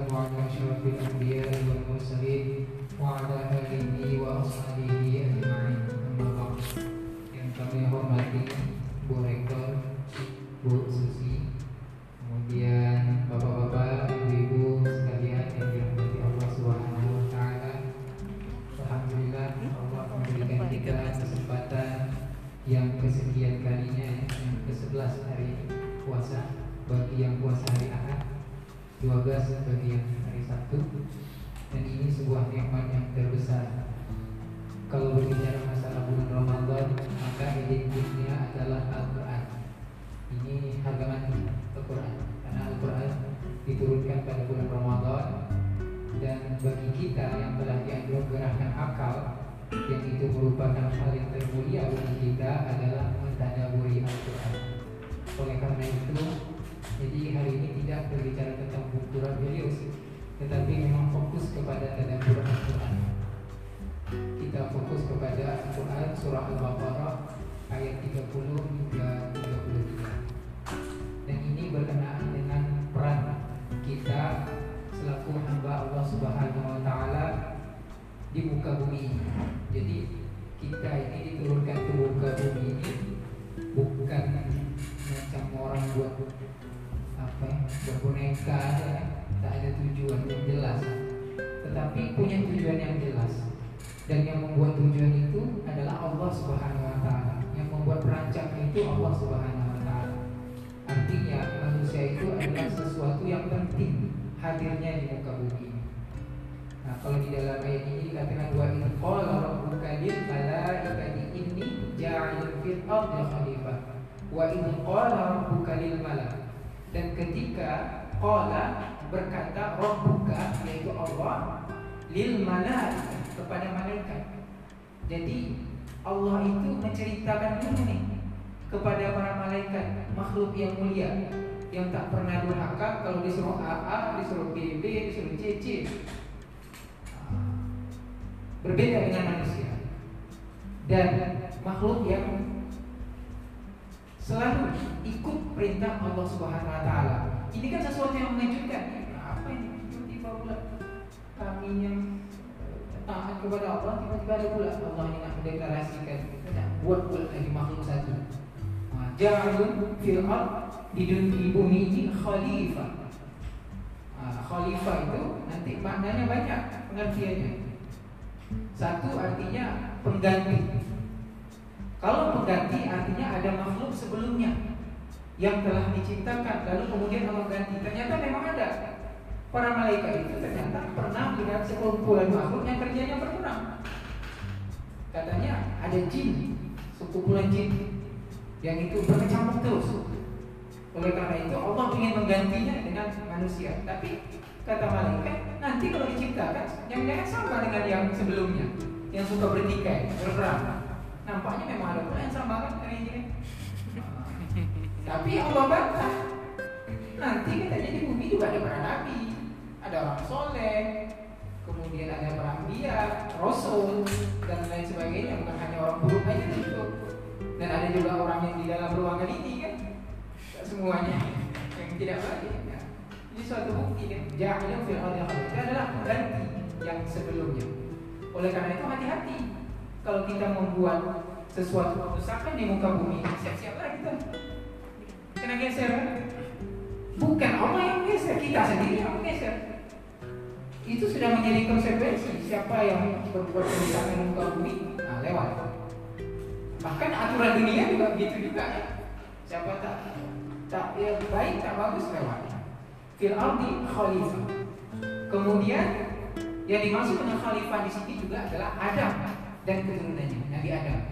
على أشرف الأنبياء والمرسلين وعلى آله وأصحابه أجمعين. أما بعد. Yang kami hormati Bu Rektor, Bu Susi, kemudian bapak-bapak, ibu-ibu sekalian yang dirahmati Allah Subhanahu wa taala. Alhamdulillah Allah memberikan kita kesempatan yang kesekian kalinya, yang ke-11 hari puasa bagi yang puasa hari Ahad, 12 bagi yang hari Sabtu. Dan ini sebuah nikmat yang terbesar. Kalau berbicara masalah bulan Ramadan, maka identiknya adalah Al-Quran. Ini harga mati Al-Quran, karena Al-Quran diturunkan pada bulan Ramadan. Dan bagi kita yang telah dianugerahkan akal, yang itu merupakan hal yang termulia bagi kita adalah mentadaburi Al-Quran. Oleh karena itu, jadi hari ini tidak berbicara tentang buku religius, tetapi memang fokus kepada tadabbur Al-Quran. Kita fokus kepada Al-Quran surah Al-Baqarah ayat 30 hingga 33. Dan ini berkenaan dengan peran kita selaku hamba Allah Subhanahu wa taala di muka bumi ini. Jadi kita ini diturunkan ke muka bumi ini bukan macam orang buat apa ya, buat boneka aja, tak ada tujuan yang jelas, tetapi punya tujuan yang jelas. Dan yang membuat tujuan itu adalah Allah Subhanahu wa taala. Yang membuat perancangnya itu Allah Subhanahu wa taala. Artinya manusia itu adalah sesuatu yang penting hadirnya di muka bumi. Nah, kalau di dalam ayat ini dikatakan wa in qala rabbuka lil malaikati inni ja'ilun fil ardi khalifah. Wa in qala rabbuka lil malak. Dan ketika qala berkata rabbuka, yaitu Allah, lil malaikah, kepada malaikat. Jadi Allah itu menceritakan dulu nih kepada para malaikat, makhluk yang mulia, yang tak pernah durhaka. Kalau disuruh A, disuruh B, disuruh C. Berbeda dengan manusia. Dan makhluk yang selalu ikut perintah Allah Subhanahu wa taala. Ini kan sesuatu yang mengejutkan. Apa ini? Tiba-tiba pula kami yang taat kepada Allah, tiba-tiba ada pula Allah yang nak mendeklarasikan, nak buat pula lagi makhluk satu. Ja'alun fil ard, di bumi ini khalifah. Khalifah itu nanti maknanya banyak pengertiannya. Satu artinya pengganti. Kalau pengganti artinya ada makhluk sebelumnya yang telah diciptakan, lalu kemudian Allah ganti. Ternyata memang ada. Para malaikat itu ternyata pernah melihat sekumpulan makhluk yang kerjanya berkurang. Katanya ada jin, sekumpulan jin yang itu berkecamuk terus. Oleh karena itu Allah ingin menggantinya dengan manusia. Tapi kata malaikat, nanti kalau diciptakan yang jangan sama dengan yang sebelumnya, yang suka bertikai, berperang. Nampaknya memang ada pula yang sama kan hari ini. Tapi Allah bantah. Nanti katanya di bumi juga ada para nabi, ada orang soleh, kemudian ada para anbiya, rasul, dan lain sebagainya. Bukan hanya orang buruk aja gitu. Dan ada juga orang yang di dalam ruangan ini kan, tak semuanya yang tidak baik. Ya. Ini suatu bukti kan. Ja'ilun fil ardi khalifah, itu adalah pengganti yang sebelumnya. Oleh karena itu hati-hati kalau kita membuat sesuatu kerusakan di muka bumi, siap-siaplah kita kena geser. Bukan Allah yang geser, kita sendiri yang geser. Itu sudah menjadi konsekuensi. Siapa yang berbuat kerusakan di muka bumi, lewat. Bahkan aturan dunia juga begitu juga ya. Siapa tak ya, baik, tak bagus, lewat. Fil ardi khalifah. Kemudian yang dimaksud dengan khalifah di sini juga adalah Adam dan keturunannya, Nabi Adam.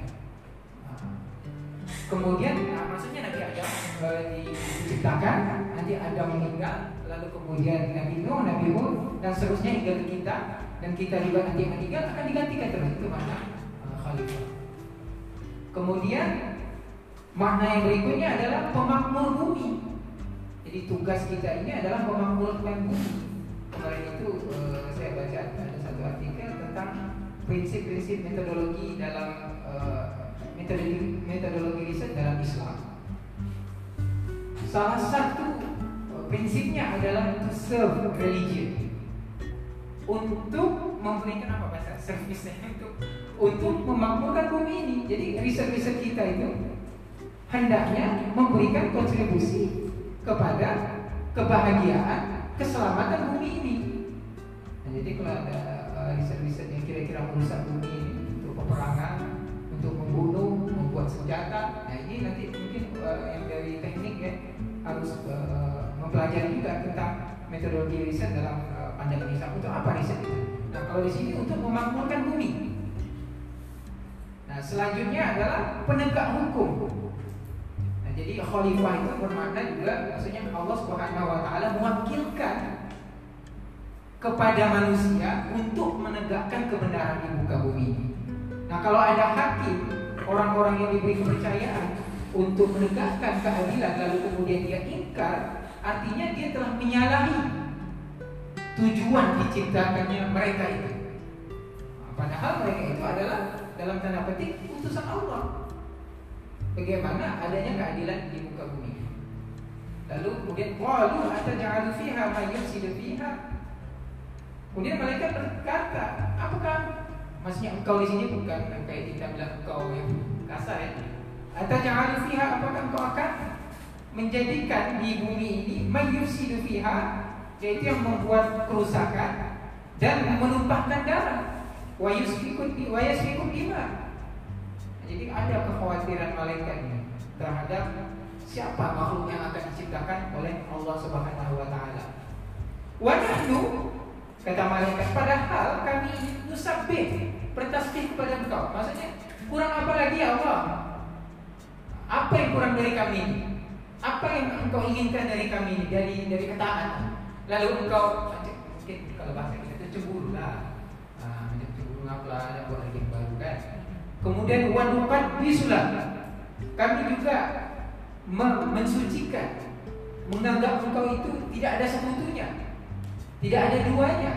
Kemudian maksudnya Nabi Adam diciptakan, nanti Adam meninggal, lalu kemudian Nabi Nuh, Nabi Hud, dan seterusnya hingga ke kita, dan kita juga nanti meninggal akan digantikan terus. Itu makna khalifah. Kemudian makna yang berikutnya adalah pemakmur bumi. Jadi tugas kita ini adalah memakmurkan bumi. Kemarin itu saya baca ada satu artikel tentang prinsip-prinsip metodologi dalam metodologi riset dalam Islam. Salah satu prinsipnya adalah to serve religion. untuk memberikan apa bahasa servisnya untuk memakmurkan bumi ini. Jadi riset-riset kita itu hendaknya memberikan kontribusi kepada kebahagiaan, keselamatan bumi ini. Nah, jadi kalau ada riset-riset yang kira-kira merusak bumi ini untuk peperangan, untuk membunuh, membuat senjata, nah ini nanti mungkin yang dari teknik ya harus mempelajari juga tentang metodologi riset dalam pandangan Islam. Untuk apa riset itu? Nah kalau di sini untuk memakmurkan bumi. Nah selanjutnya adalah penegak hukum. Nah jadi khalifah itu bermakna juga maksudnya Allah Subhanahu Wa Taala mewakilkan kepada manusia untuk menegakkan kebenaran di muka bumi ini. Nah kalau ada hakim, orang-orang yang diberi kepercayaan untuk menegakkan keadilan lalu kemudian dia ingkar, artinya dia telah menyalahi tujuan diciptakannya mereka itu. Nah, padahal mereka itu adalah dalam tanda petik utusan Allah. Bagaimana adanya keadilan di muka bumi. Lalu kemudian qalu ataj'alu fiha may yufsidu fiha. Kemudian mereka berkata, apakah maksudnya engkau di sini bukan kayak kita bilang engkau yang kasar ya. Ataj'alu fiha, apakah engkau akan menjadikan di bumi ini may yufsidu fiha, yaitu yang membuat kerusakan dan menumpahkan darah, wa yasfiku dima. Jadi ada kekhawatiran malaikat ini terhadap siapa makhluk yang akan diciptakan oleh Allah Subhanahu Wa Taala. Wa nahnu, kata malaikat, padahal kami nusabbih, bertasbih kepada engkau. Maksudnya kurang apa lagi ya Allah? Apa yang kurang dari kami ini? Apa yang engkau inginkan dari kami ini? Dari ketaatan. Lalu engkau mungkin kalau bahasa kita itu cemburu lah. Cemburu ngapalah, ada buat lagi yang baru kan. Kemudian wanuqad bisulah, kami juga mensucikan, menganggap engkau itu tidak ada sekutunya, tidak ada duanya.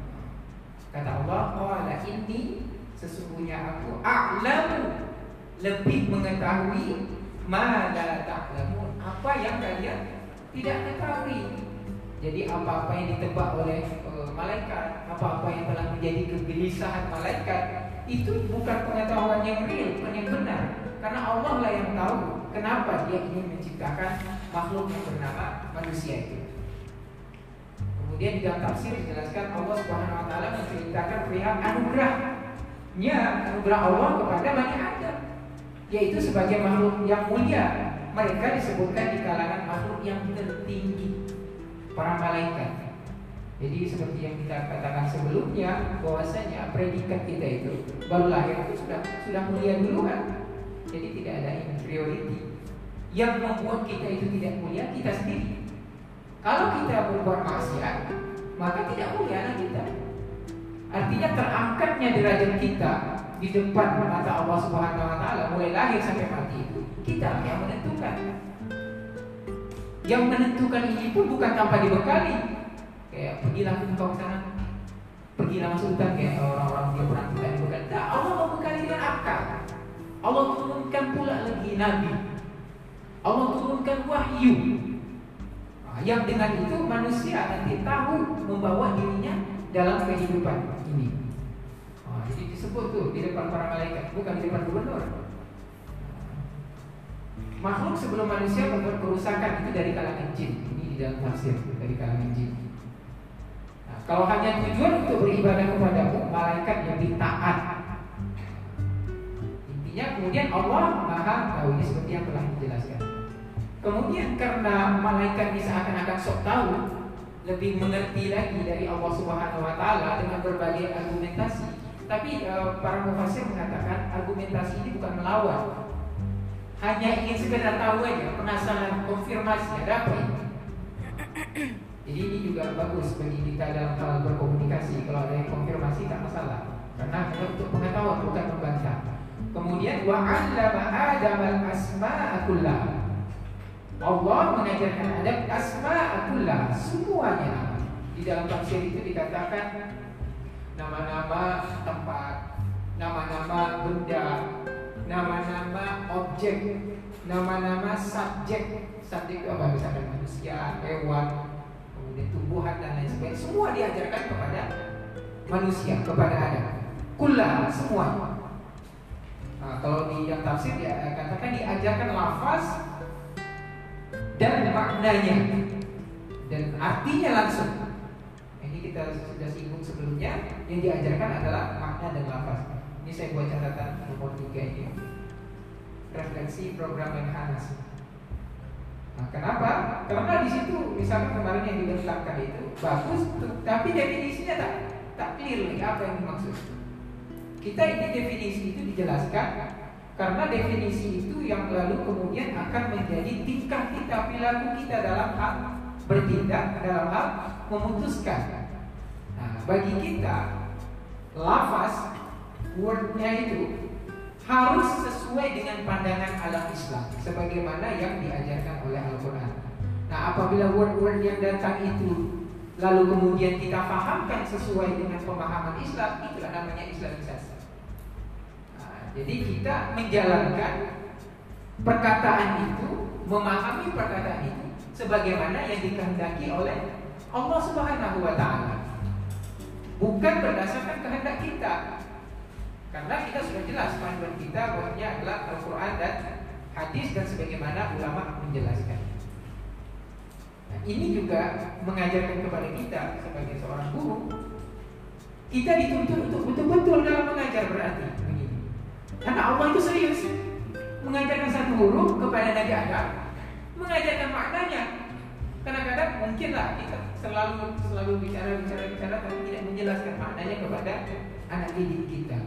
Kata Allah, qala inni, sesungguhnya aku a'lamu, lebih mengetahui ma la ta'lamun, apa yang kalian tidak ketahui. Jadi apa-apa yang ditebak oleh malaikat, apa-apa yang telah menjadi kegelisahan malaikat, itu bukan pengetahuan yang real, bukan yang benar. Karena Allah lah yang tahu kenapa dia ingin menciptakan makhluk yang bernama manusia itu. Kemudian di dalam tafsir dijelaskan Allah Subhanahu Wa Taala menceritakan perihal anugerah Allah kepada Bani Adam, yaitu sebagai makhluk yang mulia. Mereka disebutkan di kalangan makhluk yang tertinggi, para malaikat. Jadi seperti yang kita katakan sebelumnya, bahwasanya predikat kita itu baru lahir itu sudah mulia duluan. Jadi tidak ada inferiority. Yang membuat kita itu tidak mulia kita sendiri. Kalau kita berbuat maksiat, maka tidak mulia kita. Artinya terangkatnya derajat kita di depan mata Allah Subhanahu Wa Taala mulai lahir sampai mati itu kita yang menentukan. Yang menentukan ini pun bukan tanpa dibekali. Kayak pergilah engkau ke sana, pergilah masuk hutan, kayak orang-orang dia perang tidak dibekali. Nah, Allah membekali dengan akal. Allah turunkan pula lagi nabi. Allah turunkan wahyu. Nah, yang dengan itu manusia nanti tahu membawa dirinya dalam kehidupan ini. Nah, jadi disebut tuh di depan para malaikat, bukan di depan gubernur. Makhluk sebelum manusia membuat kerusakan itu dari kalangan jin. Ini di dalam tafsir dari kalangan jin. Nah, kalau hanya tujuan untuk beribadah kepadamu, malaikat yang taat. Intinya kemudian Allah Maha tahu, ini seperti yang telah dijelaskan. Kemudian karena malaikat ini seakan-akan sok tahu, lebih mengerti lagi dari Allah Subhanahu Wa Taala dengan berbagai argumentasi. Tapi para mufassir mengatakan argumentasi ini bukan melawan. Hanya ingin sekedar tahu aja, penasaran, konfirmasi, ada apa ini? Jadi ini juga bagus bagi kita dalam hal berkomunikasi. Kalau ada yang konfirmasi tak masalah, karena untuk pengetahuan bukan membantah. Kemudian wa'allama Adam al-asma'a kullaha, Allah mengajarkan Adam asma'a kullaha, semuanya. Di dalam tafsir itu dikatakan nama-nama tempat, nama-nama benda, nama-nama objek, nama-nama subjek. Subjek itu apa? Misalkan manusia, hewan, kemudian tumbuhan dan lain sebagainya. Semua diajarkan kepada manusia kepada Adam. Kullah, semua. Nah, kalau di yang tafsir dia katakan diajarkan lafaz dan maknanya dan artinya langsung. Ini kita sudah singgung sebelumnya. Yang diajarkan adalah makna dan lafaz. Ini saya buat catatan nomor 3 ini. Refleksi program Menhanas. Nah, kenapa? Karena di situ misalnya kemarin yang dibentakkan itu bagus, tapi definisinya tak clear apa yang dimaksud. Kita ini definisi itu dijelaskan karena definisi itu yang lalu kemudian akan menjadi tingkah kita, perilaku kita dalam hal bertindak, dalam hal memutuskan. Nah, bagi kita lafaz wordnya itu harus sesuai dengan pandangan alam Islam sebagaimana yang diajarkan oleh Al-Quran. Nah, apabila word-word yang datang itu lalu kemudian kita pahamkan sesuai dengan pemahaman Islam, itulah namanya Islamisasi. Nah, jadi kita menjalankan perkataan itu, memahami perkataan itu sebagaimana yang dikehendaki oleh Allah Subhanahu wa Ta'ala, bukan berdasarkan kehendak kita. Karena kita sudah jelas panduan kita bahwanya adalah Al-Quran dan hadis dan sebagaimana ulama menjelaskan. Nah, ini juga mengajarkan kepada kita sebagai seorang guru, kita dituntut untuk betul-betul dalam mengajar berarti begini. Karena Allah itu serius mengajarkan satu huruf kepada Nabi Adam, mengajarkan maknanya. Kadang-kadang mungkinlah kita selalu bicara tapi tidak menjelaskan maknanya kepada anak didik kita.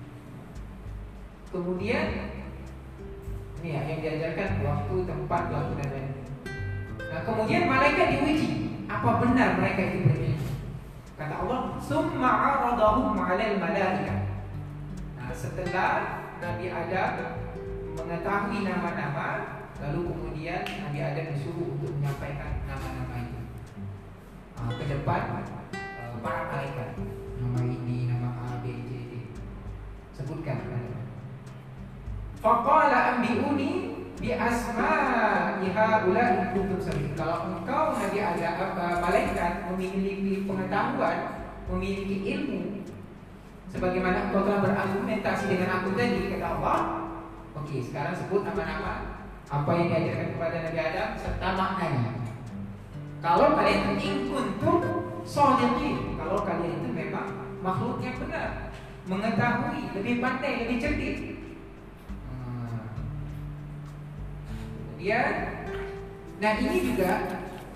Kemudian ini ya yang diajarkan waktu, tempat, waktu dan lain. Nah, kemudian malaikat diuji, apa benar mereka itu berilmu? Kata Allah, "Summa 'aradahum 'alal malaikah." Nah, setelah Nabi Adam mengetahui nama-nama, lalu kemudian Nabi Adam disuruh untuk menyampaikan nama-nama itu ke depan para malaikat. Nama ini, nama A, B, C, D. Sebutkan. Faqala anbi'uni bi asma'i haula'i in kuntum sadiqin. Kalau engkau Nabi Adam malaikat memiliki pengetahuan, memiliki ilmu sebagaimana engkau telah berargumentasi dengan aku tadi, kata Allah. Oke, sekarang sebut nama-nama apa yang diajarkan kepada Nabi Adam serta maknanya. Kalau kalian in kuntum sadiqin, kalau kalian itu memang makhluk yang benar, mengetahui, lebih pandai, lebih cerdik. Nah ini juga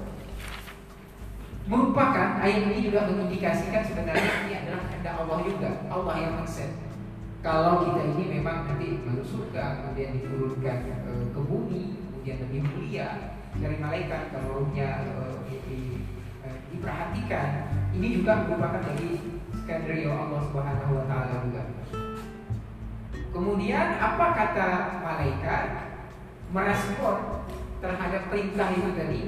merupakan, ayat ini juga mengindikasikan sebenarnya ini adalah kehendak Allah juga. Allah yang akses. Kalau kita ini memang nanti masuk surga, kemudian diturunkan ke bumi, kemudian lebih mulia dari malaikat, kalau ruhnya diperhatikan, ini juga merupakan dari skenario Allah Subhanahu wa Ta'ala juga. Kemudian apa kata malaikat merespon terhadap perintah itu tadi?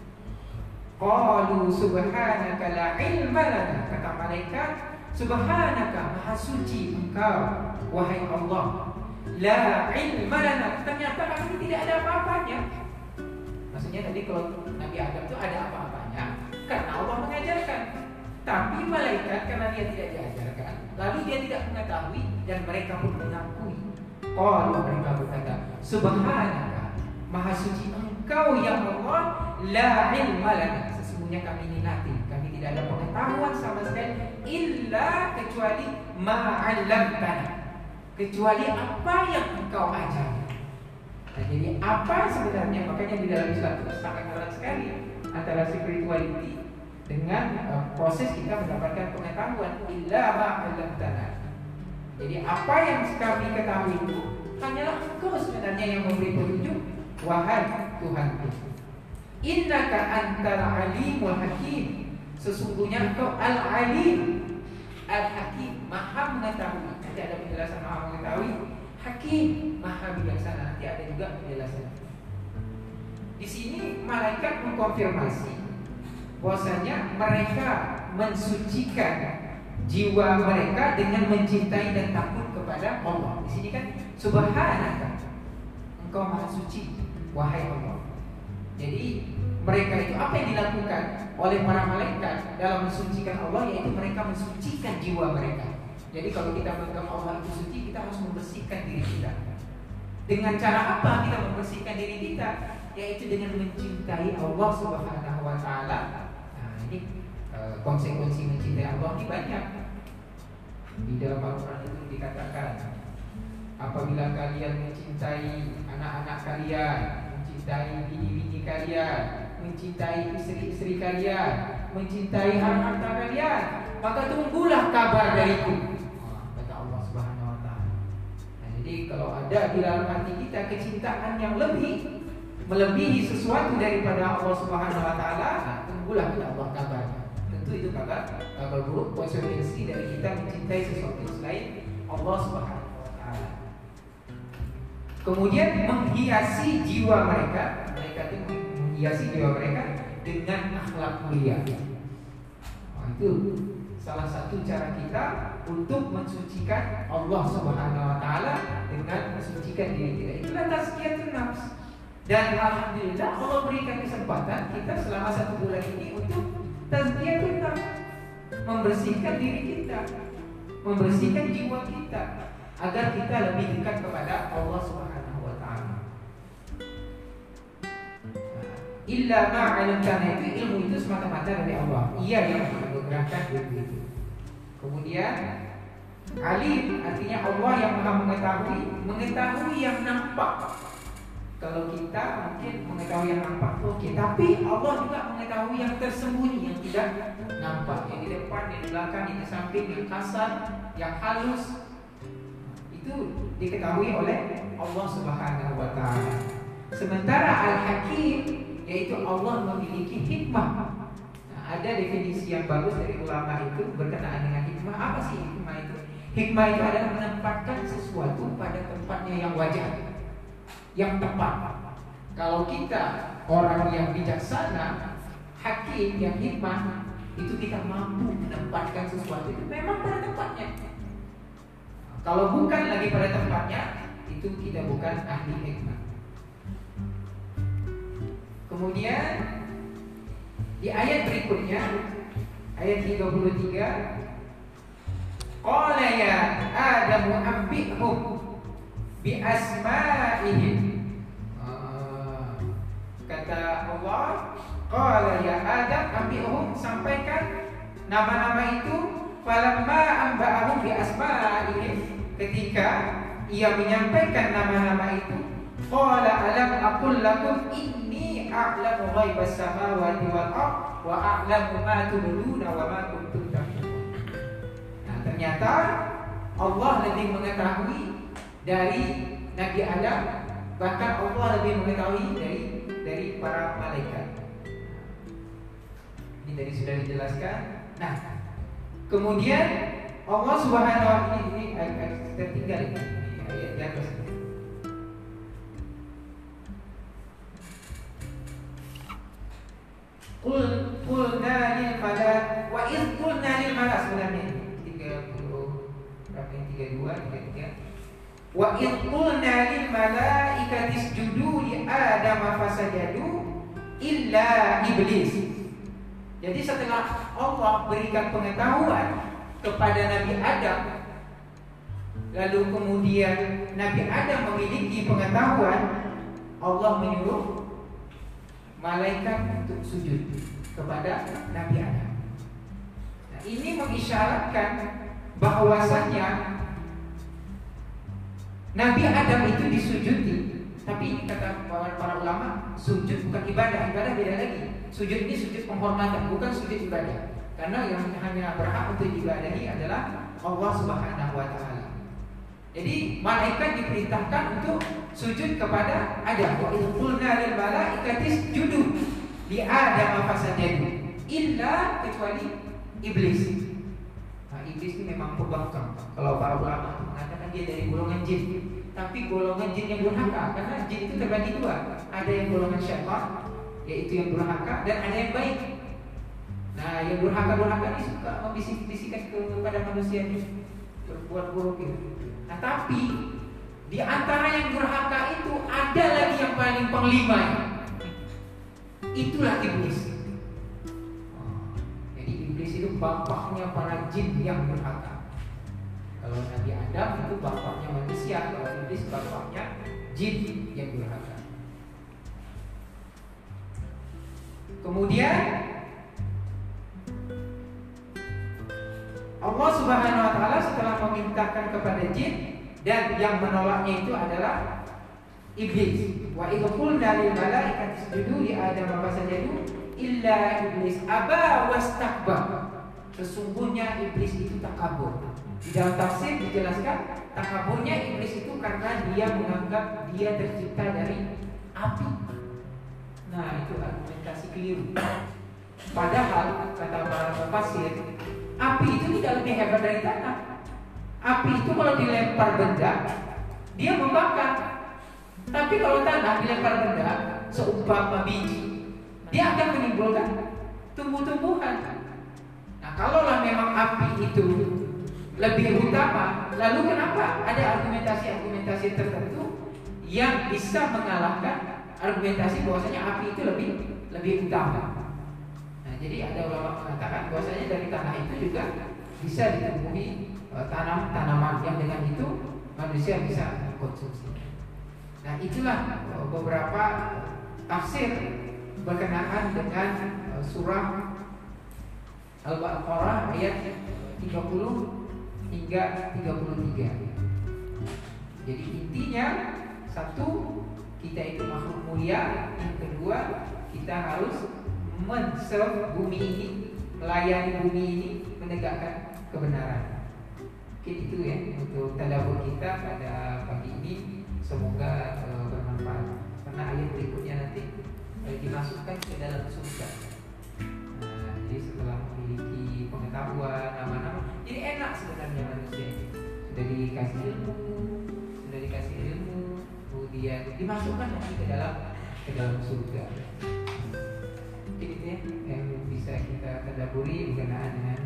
Qalu subhanaka la ilma lana. Kata malaikat, subhanaka, maha suci engkau wahai Allah, la ilma lana, ternyata kami tidak ada apa-apanya. Maksudnya tadi kalau Nabi Adam itu ada apa-apanya karena Allah mengajarkan. Tapi malaikat karena dia tidak diajarkan, lalu dia tidak mengetahui, dan mereka pun mengakui. Qalu, mereka berkata, subhanaka, maha suci engkau ya Allah, la ilma lana, sesungguhnya kami ini nating, kami tidak ada pengetahuan sama sekali, illa kecuali ma'allamtana, kecuali apa yang engkau ajar. Nah, jadi apa sebenarnya, makanya di dalam Islam itu sangat erat sekali antara spirituality dengan proses kita mendapatkan pengetahuan, illa ma'allamtana. Jadi apa yang kami ketahui itu hanyalah engkau sebenarnya yang memberi petunjuk, wahai Tuhanku. Innaka antal alimul hakim, sesungguhnya engkau al-alim, al-hakim, maha mengetahui. Nanti ada penjelasan maha mengetahui. Hakim, maha bijaksana. Nanti ada juga penjelasan. Di sini malaikat mengkonfirmasi bahwasanya mereka mensucikan jiwa mereka dengan mencintai dan takut kepada Allah. Di sini kan subhanaka, engkau maha suci wahai Allah. Jadi mereka itu apa yang dilakukan oleh para malaikat dalam mensucikan Allah, yaitu mereka mensucikan jiwa mereka. Jadi kalau kita menganggap Allah itu suci, kita harus membersihkan diri kita. Dengan cara apa kita membersihkan diri kita? Yaitu dengan mencintai Allah Subhanahu wa Ta'ala. Nah, ini konsekuensi mencintai Allah ini banyak. Di dalam Al-Quran itu dikatakan, apabila kalian mencintai anak-anak kalian, mencintai bini-bini kalian, mencintai istri-istri kalian, mencintai harta kalian, maka tunggulah kabar dariku, kata Allah Subhanahu wa Ta'ala. Nah, jadi kalau ada di dalam hati kita kecintaan yang melebihi sesuatu daripada Allah Subhanahu wa Ta'ala, nah, tunggulah kita Allah kabarnya. Tentu itu kabar buruk, konsekuensi dari kita mencintai sesuatu selain Allah Subhanahu wa Ta'ala. Kemudian menghiasi jiwa mereka itu menghiasi jiwa mereka dengan akhlak mulia. Nah, itu salah satu cara kita untuk mensucikan Allah Subhanahu wa Ta'ala dengan mensucikan diri kita. Itulah tazkiyatun nafs. Dan alhamdulillah Allah berikan kesempatan kita selama 1 bulan ini untuk tazkiyatun nafs, membersihkan diri kita, membersihkan jiwa kita agar kita lebih dekat kepada Allah Subhanahu wa Ta'ala. Illa ma'alamtana, itu ilmu itu semata-mata dari Allah. Ia yang menganugerahkan ilmu itu. Kemudian alim artinya Allah yang maha mengetahui yang nampak. Kalau kita mungkin mengetahui yang nampak, oke, tapi Allah juga mengetahui yang tersembunyi, yang tidak nampak, yang di depan, yang di belakang, yang di samping, yang kasar, yang halus. Itu diketahui oleh Allah Subhanahu wa Ta'ala. Sementara Al-Hakim, yaitu Allah memiliki hikmah. Nah, ada definisi yang bagus dari ulama itu berkenaan dengan hikmah. Apa sih hikmah itu? Hikmah itu adalah menempatkan sesuatu pada tempatnya yang wajar, yang tepat. Kalau kita orang yang bijaksana, hakim, yang hikmah, itu kita mampu menempatkan sesuatu itu memang pada tempatnya. Kalau bukan lagi pada tempatnya, itu kita bukan ahli hikmah. Kemudian di ayat berikutnya, ayat 33, qala ya Adamu ambihum bi asma'ihim. Kata Allah, qala ya Adam ambihum, sampaikan nama-nama itu. Falamma amba'ahum bi asma'ihim, ketika ia menyampaikan nama-nama itu, qala alam aqul lakum inni a'lamu ghaibas samawati wal ardh wa a'lamu ma tubduna wa ma kuntum taktumun. Nah, ternyata Allah lebih mengetahui dari Nabi Adam, bahkan Allah lebih mengetahui dari para malaikat. Ini tadi sudah dijelaskan. Nah, kemudian Allah Subhanahu wa Ta'ala, ini agak tertinggal ini ayat di atas. Qulna lil malak wa idh qulna lil malak, sebenarnya 32 33. Wa idh qulna lil malaikati isjudu li Adam fasajadu illa iblis. Jadi setelah Allah berikan pengetahuan kepada Nabi Adam, lalu kemudian Nabi Adam memiliki pengetahuan, Allah menyuruh malaikat untuk sujud kepada Nabi Adam. Nah, ini mengisyaratkan bahwasanya Nabi Adam itu disujudi. Tapi ini kata para ulama, sujud bukan ibadah, ibadah beda lagi. Sujud ini sujud penghormatan, bukan sujud ibadah. Karena yang hanya berhak untuk diibadahi adalah Allah Subhanahu wa Ta'ala. Jadi malaikat diperintahkan untuk sujud kepada Adam. Wa idh qulna lil malaikati isjudu li Adam fasajadu illa, kecuali iblis. Nah, iblis ini memang pembangkang. Kalau para ulama mengatakan dia dari golongan jin, tapi golongan jin yang durhaka, karena jin itu terbagi dua. Ada yang golongan syaitan, yaitu yang durhaka, dan ada yang baik. Nah, yang durhaka ini suka membisik-bisikkan kepada manusia ini, berbuat buruk itu. Nah, tapi di antara yang durhaka itu ada lagi yang paling penglima. itulah iblis. Jadi iblis itu bapaknya para jin yang durhaka. Kalau Nabi Adam itu bapaknya manusia, kalau iblis bapaknya jin yang durhaka. Kemudian Allah Subhanahu wa taala setelah memintakan kepada jin, dan yang menolaknya itu adalah iblis. Wa idh qulna lil malaikati isjudu li Adam fasajadu illa iblis aba wastakbar. Sesungguhnya iblis itu takabur. Di dalam tafsir dijelaskan takaburnya iblis itu karena dia menganggap dia tercipta dari api. Nah, itu argumentasi keliru. Padahal kata para mufassir, api itu tidak lebih hebat dari tanah. Api itu kalau dilempar benda, dia membakar. Tapi kalau tanah dilempar benda, seumpama biji, dia akan menimbulkan tumbuh-tumbuhan. Nah, kalaulah memang api itu lebih utama, lalu kenapa ada argumentasi-argumentasi tertentu yang bisa mengalahkan argumentasi bahwasanya api itu lebih utama? Nah, jadi ada ulama mengatakan bahwasanya dari tanah itu juga bisa ditumbuhi tanaman yang dengan itu manusia bisa mengkonsumsi. Nah, itulah beberapa tafsir berkenaan dengan surah Al-Baqarah ayat 30 hingga 33. Jadi intinya, satu, kita itu makhluk mulia. Yang kedua, kita harus men-serve bumi ini, melayani bumi ini, menegakkan kebenaran. Mungkin itu ya untuk tadabbur kita pada pagi ini. Semoga bermanfaat. Karena ayat berikutnya nanti dimasukkan ke dalam surga. Nah, jadi setelah memiliki pengetahuan nama-nama, jadi enak sebenarnya manusia. Sudah dikasih ilmu, kemudian dimasukkan nanti ke dalam surga. Jadi itu ya yang bisa kita tadabburi berkenaan dengan